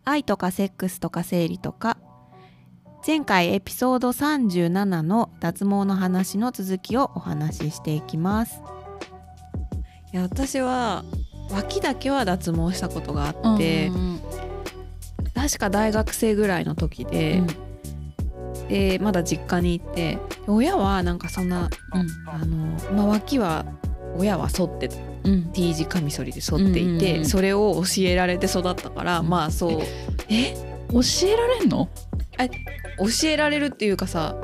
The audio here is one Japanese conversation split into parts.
愛とかセックスとか生理とか。前回エピソード37の脱毛の話の続きをお話ししていきます。いや、私は脇だけは脱毛したことがあって、確か大学生ぐらいの時で、まだ実家に行って、親はなんかそんな、脇は親は剃ってた、T 字カミソリで剃っていて、それを教えられて育ったから、まあそう。 教えられんの？ 教えられるっていうかさ、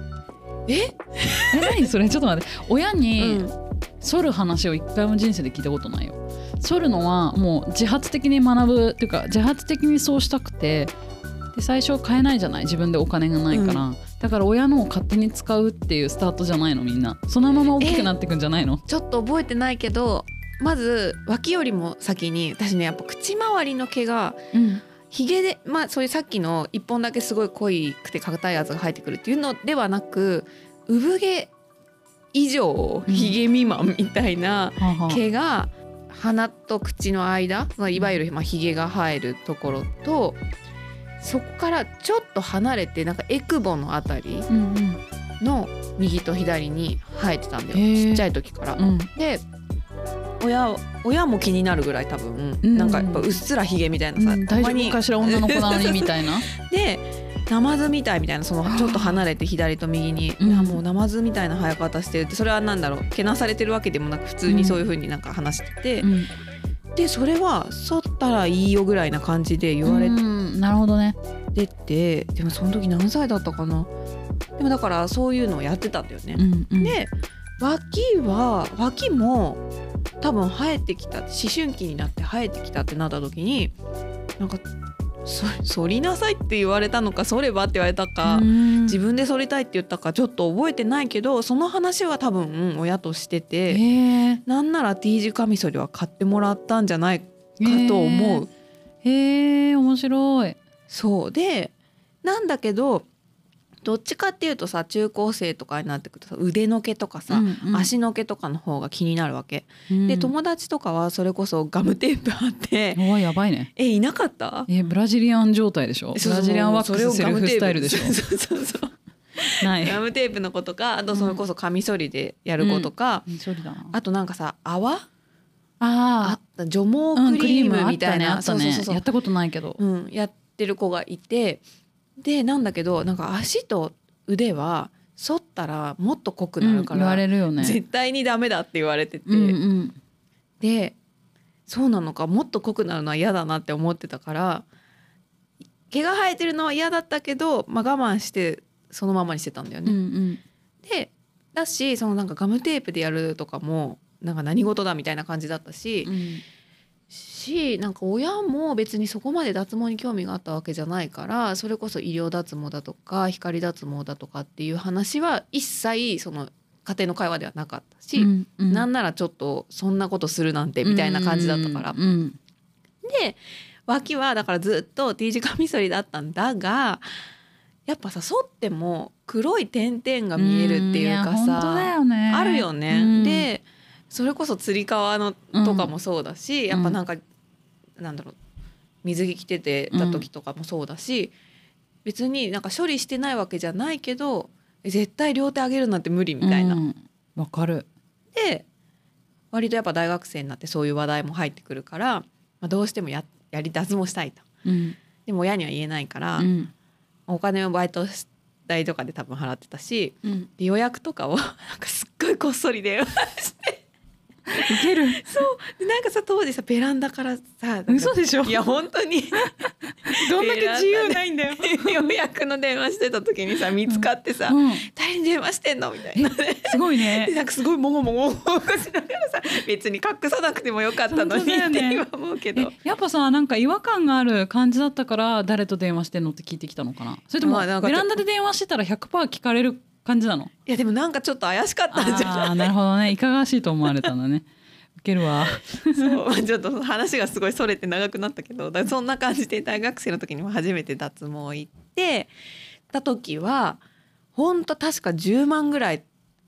何それ？ちょっと待って。親に剃る話を一回も人生で聞いたことないよ。剃るのはもう自発的に学ぶっていうか、自発的にそうしたくて、で最初買えないじゃない、自分でお金がないから、だから親のを勝手に使うっていうスタートじゃないの？みんなそのまま大きくなってくんじゃないの？ ちょっと覚えてないけど、まず脇よりも先に私ね、やっぱ口周りの毛が、ひげで、そういうさっきの一本だけすごい濃いくて硬いやつが生えてくるっていうのではなく、産毛以上ひげ未満みたいな毛が鼻と口の間、いわゆるひげが生えるところと、そこからちょっと離れてなんかエクボのあたりの右と左に生えてたんだよ、ちっちゃい時から。で親も気になるぐらい多分、なんかやっぱうっすらひげみたいなさ、 大丈夫かしら女の子なのにみたいなでナマズみたいみたいな、そのちょっと離れて左と右に、もうナマズみたいな生え方してるって、それはなんだろう、けなされてるわけでもなく普通にそういう風になんか話してて、でそれは剃ったらいいよぐらいな感じで言われて、 なるほどね。 でもその時何歳だったかな。でもだからそういうのをやってたんだよね。で脇も多分生えてきた、思春期になって生えてきたってなった時に、なんか剃りなさいって言われたのか、剃ればって言われたか、自分で剃りたいって言ったかちょっと覚えてないけど、その話は多分、親としてて、なんなら T 字カミソリは買ってもらったんじゃないかと思う。 面白い。 そうで、なんだけどどっちかっていうとさ、中高生とかになってくるとさ、腕の毛とかさ、足の毛とかの方が気になるわけ、で友達とかはそれこそガムテープあって、 やばいね。 いなかった？ ブラジリアン状態でしょ。ブラジリアンワックスセルフスタイルでしょ。 ないガムテープの子とか、あとそれこそカミソリでやる子とか、あとなんかさ、泡あった除毛クリームみたいな、 そうやったことないけど、 やってる子がいて、でなんだけど、なんか足と腕は剃ったらもっと濃くなるから、 言われるよね、 絶対にダメだって言われてて、でそうなのか、もっと濃くなるのは嫌だなって思ってたから、毛が生えてるのは嫌だったけど、我慢してそのままにしてたんだよね。でだし、そのなんかガムテープでやるとかもなんか何事だみたいな感じだったし、なんか親も別にそこまで脱毛に興味があったわけじゃないから、それこそ医療脱毛だとか光脱毛だとかっていう話は一切その家庭の会話ではなかったし、なんならちょっとそんなことするなんてみたいな感じだったから、で脇はだからずっと T 字カミソリだったんだが、やっぱさ、剃っても黒い点々が見えるっていうかさ、 本当だよね、 あるよね。でそれこそつり革のとかもそうだし、やっぱなんかなんだろう、水着着ててた時とかもそうだし、別になんか処理してないわけじゃないけど、絶対両手上げるなんて無理みたいな。 わかる。 で割とやっぱ大学生になってそういう話題も入ってくるから、どうしても脱毛したいと、でも親には言えないから、お金をバイト代とかで多分払ってたし、で予約とかをなんかすっごいこっそり電話していける。 そうで、なんかさ、当時さベランダからさ、 嘘でしょ。 いや本当にどんだけ自由ないんだよ。 予約の電話してた時にさ、見つかってさ、誰に電話してんのみたいな、 すごいね。 でなんかすごいもごもごしながらさ、別に隠さなくてもよかったのにって今思うけど、 やっぱさ、なんか違和感がある感じだったから誰と電話してんのって聞いてきたのかな。それともベランダで電話してたら 100% 聞かれる感じなの？ いやでもなんかちょっと怪しかったんじゃない？ なるほどね、いかがわしいと思われたんだね。ウケるわ。 そうちょっと話がすごいそれて長くなったけど、そんな感じで大学生の時にも初めて脱毛行ってた時はほんと確か10万ぐらい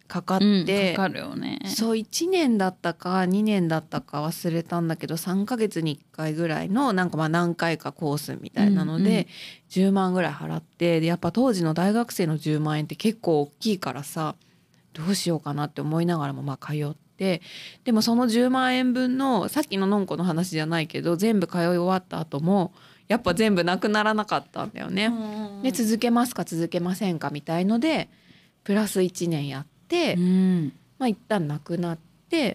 かかって、 かかるよね。 そう1年だったか2年だったか忘れたんだけど3ヶ月に1回ぐらいのなんかまあ何回かコースみたいなので10万ぐらい払って、でやっぱ当時の大学生の10万円って結構大きいからさ、どうしようかなって思いながらもまあ通って、でもその10万円分のさっきののんこの話じゃないけど全部通い終わった後もやっぱ全部なくならなかったんだよね。で続けますか続けませんかみたいのでプラス1年やって、まあ一旦なくなって、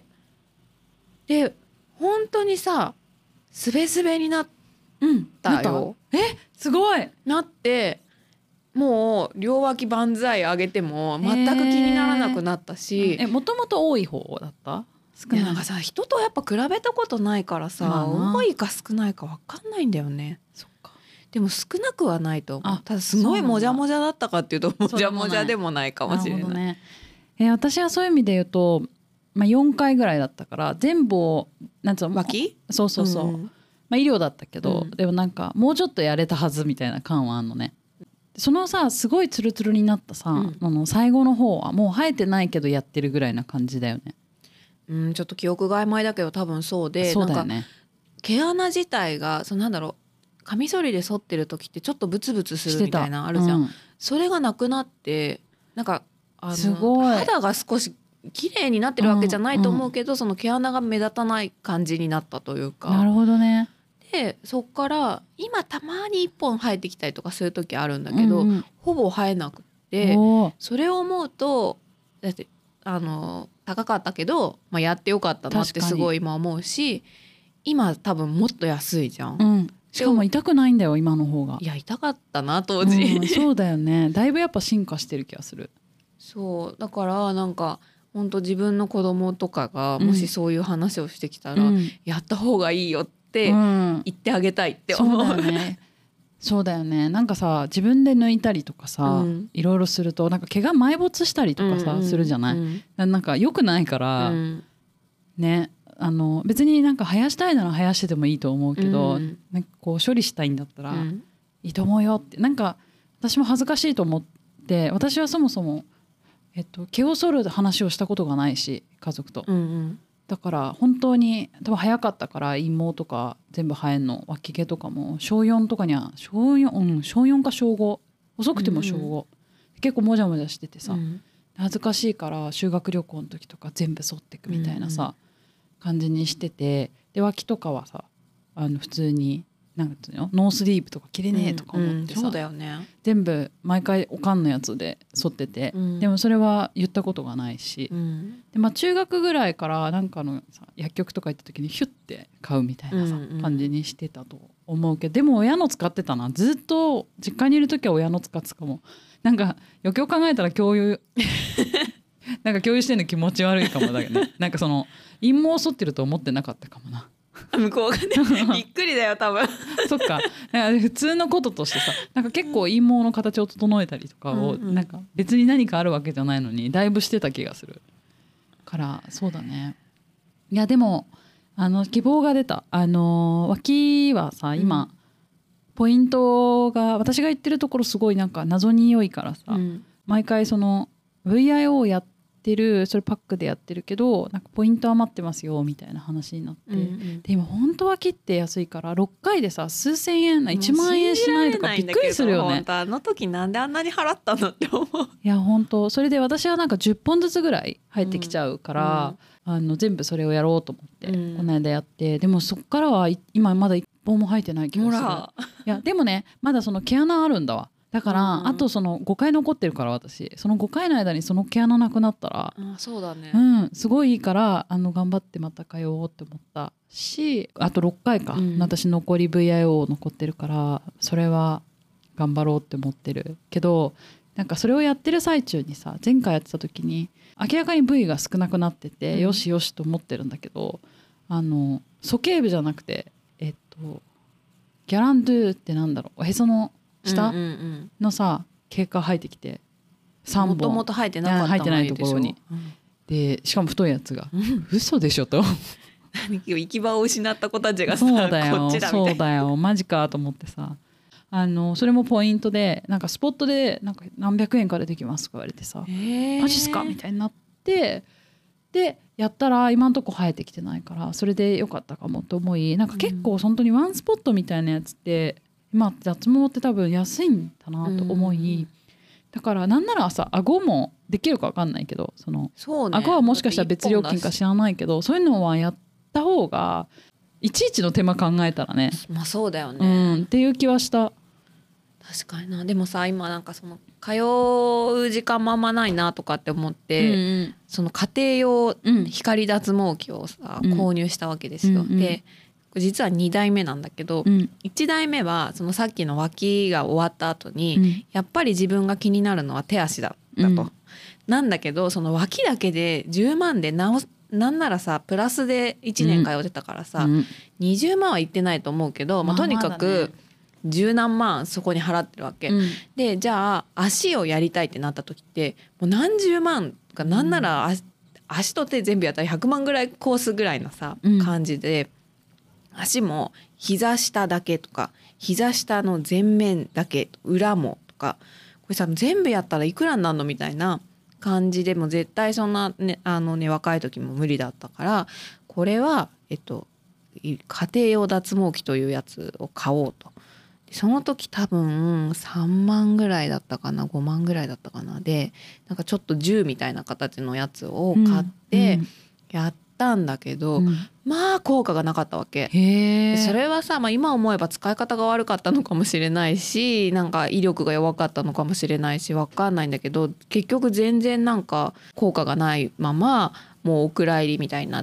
で本当にさすべすべになったよ。 すごいなってもう両脇万歳上げても全く気にならなくなったし、 もともと多い方だった？少ない？ なんかさ人とやっぱ比べたことないからさ、多いか少ないか分かんないんだよね。 そっか。 でも少なくはないと思う。ただすごいもじゃもじゃだったかっていうともじゃもじゃでもないかもしれない。なるほどね。 私はそういう意味で言うと、まあ、4回ぐらいだったから全部をなんつうの脇？ そうそうそう、まあ、医療だったけど、でもなんかもうちょっとやれたはずみたいな感はあんのね。そのさすごいツルツルになったさ、最後の方はもう生えてないけどやってるぐらいな感じだよね。 ちょっと記憶が曖昧だけど多分そうで、 そうだよね。 なんか毛穴自体がなんだろう、カミソリで剃ってる時ってちょっとブツブツするみたいなあるじゃん、それがなくなってなんかすごい肌が少し綺麗になってるわけじゃないと思うけど、その毛穴が目立たない感じになったというか。 なるほどね。 でそっから今たまに1本生えてきたりとかする時あるんだけど、ほぼ生えなくて、それを思うとだって高かったけど、まあ、やってよかったなってすごい今思うし、今多分もっと安いじゃん、 しかも痛くないんだよ今の方が。 いや痛かったな当時、 そうだよね。だいぶやっぱ進化してる気がする。 そうだからなんか本当自分の子供とかがもしそういう話をしてきたら、やった方がいいよって言ってあげたいって思う。 そうだよね。そうだよね。なんかさ自分で抜いたりとかさ、いろいろするとなんか毛が埋没したりとかさ、するじゃない、なんか良くないから、ね、別になんか生やしたいなら生やしててもいいと思うけど、なんかこう処理したいんだったら、いいと思うよって。なんか私も恥ずかしいと思って、私はそもそも、毛を剃る話をしたことがないし家族と、だから本当に多分早かったから陰毛とか全部生えんの、脇毛とかも小4とかには小4か小5、遅くても小5、結構もじゃもじゃしててさ、恥ずかしいから修学旅行の時とか全部剃ってくみたいなさ、感じにしてて、で脇とかはさ普通になんていうのノースリーブとか着れねえとか思ってさ、 そうだよね、 全部毎回おかんのやつで剃ってて、でもそれは言ったことがないし、で、まあ、中学ぐらいからなんかのさ薬局とか行った時にヒュッて買うみたいなさ、感じにしてたと思うけど、でも親の使ってたな。ずっと実家にいる時は親の使ってたかも。なんかよくよく考えたら共有なんか共有してるの気持ち悪いかもだけどね。なんかその陰毛を剃ってると思ってなかったかもな。 向こうがねびっくりだよ多分そっか、なんか普通のこととしてさ、なんか結構陰毛の形を整えたりとかを、なんか別に何かあるわけじゃないのにだいぶしてた気がするから、そうだね。いやでも希望が出た。脇はさ今、ポイントが私が言ってるところすごいなんか謎に良いからさ、毎回その VIO やってる、それパックでやってるけどなんかポイント余ってますよみたいな話になって、で今本当脇って安いから6回でさ数千円1万円しないとかびっくりするよね。 本当あの時なんであんなに払ったのって思う。 いや本当それで私はなんか10本ずつぐらい入ってきちゃうから、全部それをやろうと思って、この間やって、でもそっからは今まだ1本も入ってない気がする。いやでもねまだその毛穴あるんだわ。だから、あとその5回残ってるから、私その5回の間にその毛穴なくなったら、 そうだね、 すごいいいから頑張ってまた通おうって思ったし、あと6回か、私残り VIO 残ってるからそれは頑張ろうって思ってるけど、なんかそれをやってる最中にさ、前回やってた時に明らかに部位が少なくなってて、よしよしと思ってるんだけど、鼠径部じゃなくてギャランドゥってなんだろう、おへその下のさ毛が生えてきて3本、もともと生えてなかった生えてないところに、でしかも太いやつが、嘘でしょと行き場を失った子たちがさ、 そうだよこっちだみたいな、 そうだよマジかと思ってさ、 それもポイントでなんかスポットでなんか何百円かでできますとか言われてさ、マジっすかみたいになって、でやったら今んとこ生えてきてないからそれでよかったかもと思い、なんか結構本当にワンスポットみたいなやつって今脱毛って多分安いんだなと思い、だからなんならさ顎もできるか分かんないけどそうね、 顎はもしかしたら別料金か知らないけどそういうのはやった方がいちいちの手間考えたらね、 まあそうだよね、 っていう気はした。 確かにな。でもさ今なんかその通う時間もあんまないなとかって思って、その家庭用光脱毛器をさ、購入したわけですよ。で実は2代目なんだけど、1代目はそのさっきの脇が終わった後に、やっぱり自分が気になるのは手足だったと、なんだけどその脇だけで10万でなんならさプラスで1年通ってたからさ、20万はいってないと思うけど、とにかく十何万そこに払ってるわけ、でじゃあ足をやりたいってなった時ってもう何十万か、なんなら足と手全部やったら100万ぐらいコースぐらいのさ、感じで足も膝下だけとか膝下の前面だけ裏もとか、これさ全部やったらいくらになるのみたいな感じで、も絶対そんなね若い時も無理だったから、これは家庭用脱毛器というやつを買おうと。その時多分3万ぐらいだったかな、5万ぐらいだったかな、でなんかちょっと銃みたいな形のやつを買ってやったんだけど、まあ効果がなかったわけ。それはさ、今思えば使い方が悪かったのかもしれないし、なんか威力が弱かったのかもしれないし、分かんないんだけど、結局全然なんか効果がないままもうお蔵入りみたいになって、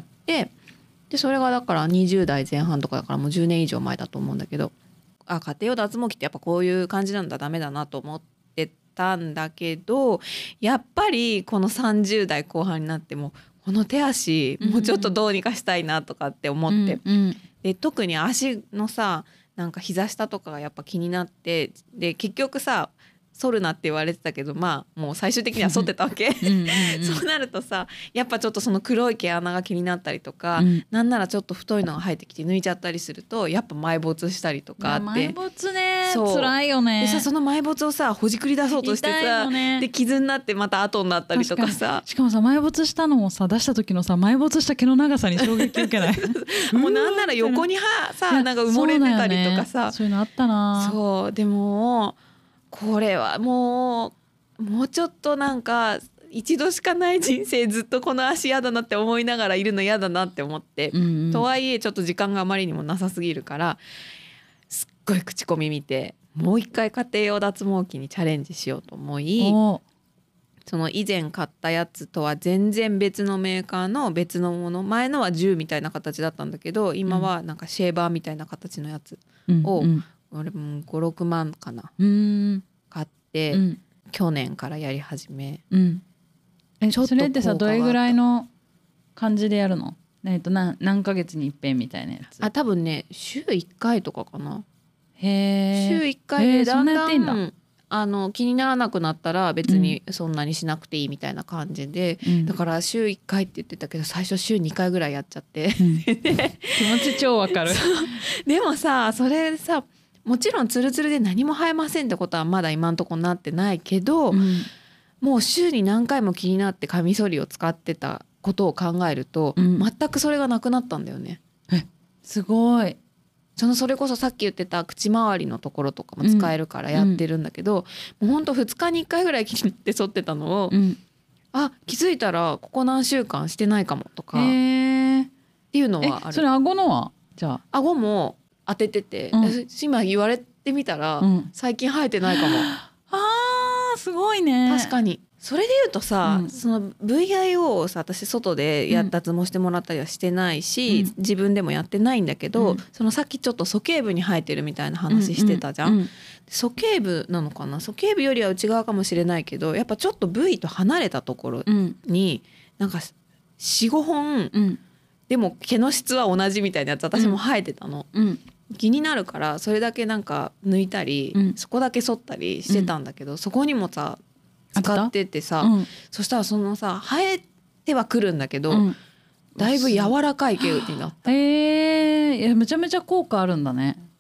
でそれがだから20代前半とかだからもう10年以上前だと思うんだけど、家庭用脱毛器ってやっぱこういう感じなんだ、ダメだなと思ってたんだけど、やっぱりこの30代後半になってもこの手足もうちょっとどうにかしたいなとかって思って、で特に足のさなんか膝下とかがやっぱ気になって、で結局さ剃るなって言われてたけど、もう最終的には剃ってたわけそうなるとさやっぱちょっとその黒い毛穴が気になったりとか、なんならちょっと太いのが生えてきて抜いちゃったりするとやっぱ埋没したりとかあって、 埋没ね辛いよね。 でさその埋没をさほじくり出そうとしてさ、で傷になってまた後になったりとかさ、 しかもさ埋没したのもさ出した時のさ埋没した毛の長さに衝撃受けないもうなんなら横にさなんか埋もれてたりとかさ、 そういうのあったな。 そうでもこれはもうちょっとなんか一度しかない人生ずっとこの足嫌だなって思いながらいるの嫌だなって思って、とはいえちょっと時間があまりにもなさすぎるからすっごい口コミ見てもう一回家庭用脱毛器にチャレンジしようと思い、その以前買ったやつとは全然別のメーカーの別のもの、前のは銃みたいな形だったんだけど今はなんかシェーバーみたいな形のやつを、俺も56万かな買って、去年からやり始め、 ちょっとそれってさどれぐらいの感じでやるの？何ヶ月に一遍みたいなやつ？ 多分ね週1回とかかな。 へ週1回でだんだん気にならなくなったら別にそんなにしなくていいみたいな感じで、だから週1回って言ってたけど最初週2回ぐらいやっちゃって、 気持ち超わかるでもさそれさもちろんツルツルで何も生えませんってことはまだ今んとこなってないけど、もう週に何回も気になってカミソリを使ってたことを考えると、全くそれがなくなったんだよね。 すごい。 それこそさっき言ってた口周りのところとかも使えるからやってるんだけど、もうほんと2日に1回ぐらい気になって剃ってたのを、気づいたらここ何週間してないかもとかっていうのはある。 それ顎のはじゃあ顎も当ててて、今言われてみたら、最近生えてないかも。 すごいね。 確かにそれで言うとさ、その VIO をさ私外で脱毛してもらったりはしてないし、自分でもやってないんだけど、そのさっきちょっと鼠径部に生えてるみたいな話してたじゃん。鼠径部なのかな、鼠径部よりは内側かもしれないけどやっぱちょっと部位と離れたところに、なんか 4,5 本、でも毛の質は同じみたいなやつ私も生えてたの、気になるからそれだけなんか抜いたり、そこだけ剃ったりしてたんだけど、そこにもさ使っててさ、そしたらそのさ生えてはくるんだけど、だいぶ柔らかい毛になった。 いやめちゃめちゃ効果あるんだね。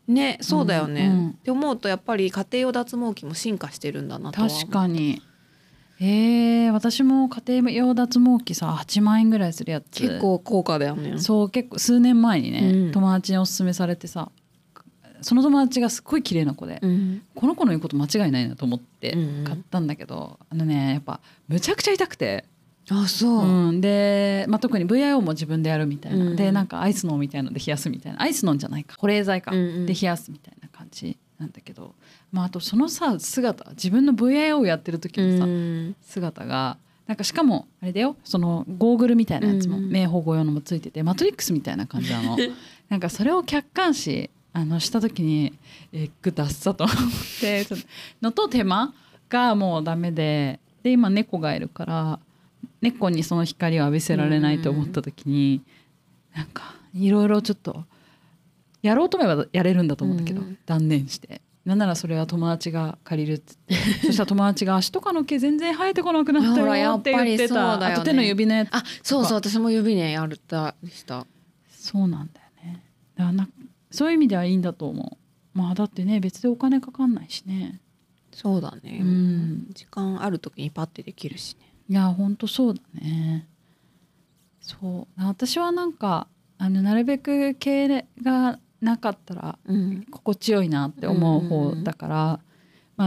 ね、そうだよね、 うんって思うとやっぱり家庭用脱毛器も進化してるんだなとは思う。 確かに。私も家庭用脱毛器さ8万円ぐらいするやつ結構高価だよね。 そう結構数年前にね、 うん友達におすすめされてさ、その友達がすっごい綺麗な子で、 うんこの子の言うこと間違いないなと思ってうん買ったんだけど、やっぱむちゃくちゃ痛くて、 あそう、 で、特に VIO も自分でやるみたいな、でなんかアイスノンみたいので冷やすみたいな、アイスノンじゃないか保冷剤か、で冷やすみたいな感じなんだけど、あとそのさ姿、自分の VIO をやってる時のさ、姿がなんかしかもあれだよ、そのゴーグルみたいなやつも、目保護用のもついててマトリックスみたいな感じなのなんかそれを客観視した時にエッグダッサと思ってのと手間がもうダメで今猫がいるから猫にその光を浴びせられないと思った時に、なんかいろいろちょっとやろうと思えばやれるんだと思うんだけど、断念して、なんならそれは友達が借りるっつってそしたら友達が足とかの毛全然生えてこなくなったよって言ってた、あと手の指のやつ、 そう私も指ねやったした。 そうなんだよね。だからそういう意味ではいいんだと思う。だってね別でお金かかんないしね。 そうだね、時間ある時にパッてできるしね。 いやほんとそうだね。そう私はなんかなるべく毛がなかったら心地よいなって思う方だから、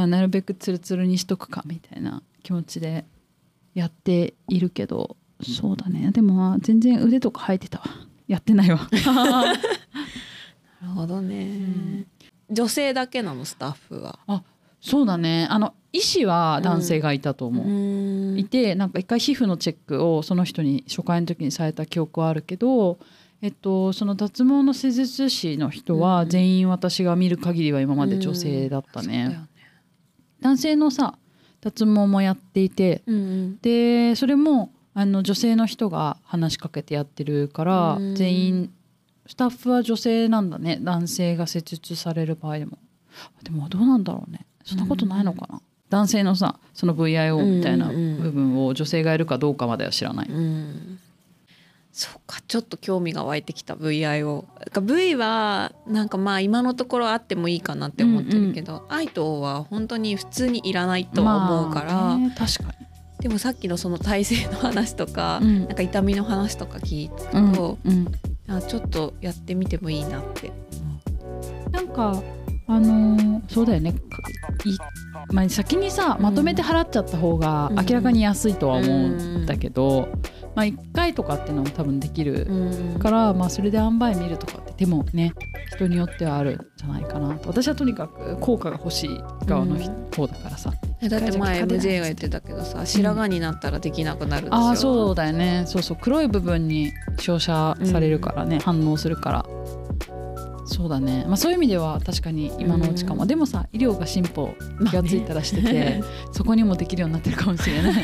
なるべくツルツルにしとくかみたいな気持ちでやっているけど、そうだね。でも全然腕とか生えてたわ。やってないわなるほどね、女性だけなのスタッフは。 そうだね。医師は男性がいたと思う、いてなんか一回皮膚のチェックをその人に初回の時にされた記憶はあるけど、その脱毛の施術師の人は全員私が見る限りは今まで女性だったね、男性のさ脱毛もやっていて、でそれも女性の人が話しかけてやってるから、全員スタッフは女性なんだね。男性が施術される場合でもどうなんだろうね。そんなことないのかな、男性のさその VIO みたいな部分を女性がやるかどうかまでは知らない、 そうか、ちょっと興味が湧いてきた VIO。 V はなんか今のところあってもいいかなって思ってるけど、アイトは本当に普通にいらないとは思うから、 確かに。 でもさっきのその体勢の話とか、なんか痛みの話とか聞いてたと、ちょっとやってみてもいいなって。 なんかそうだよね。先にさまとめて払っちゃった方が明らかに安いとは思うんだけど、1回とかっていうのも多分できるから、それで塩梅見るとかってでもね人によってはあるんじゃないかなと。私はとにかく効果が欲しい側の方だからさ、 だって前 MJ が言ってたけどさ、白髪になったらできなくなるんですよ、 そうだよね。そう黒い部分に照射されるからね、反応するから。そうだね、そういう意味では確かに今のうちかも、でもさ医療が進歩気がついたらしてて、そこにもできるようになってるかもしれない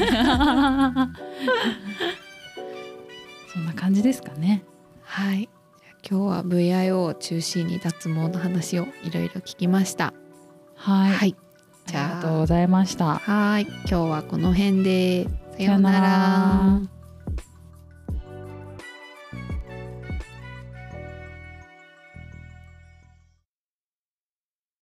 そんな感じですかね。 はい、今日は VIO を中心に脱毛の話をいろいろ聞きました。 はい、 じゃあありがとうございました。 はい、今日はこの辺でさようなら。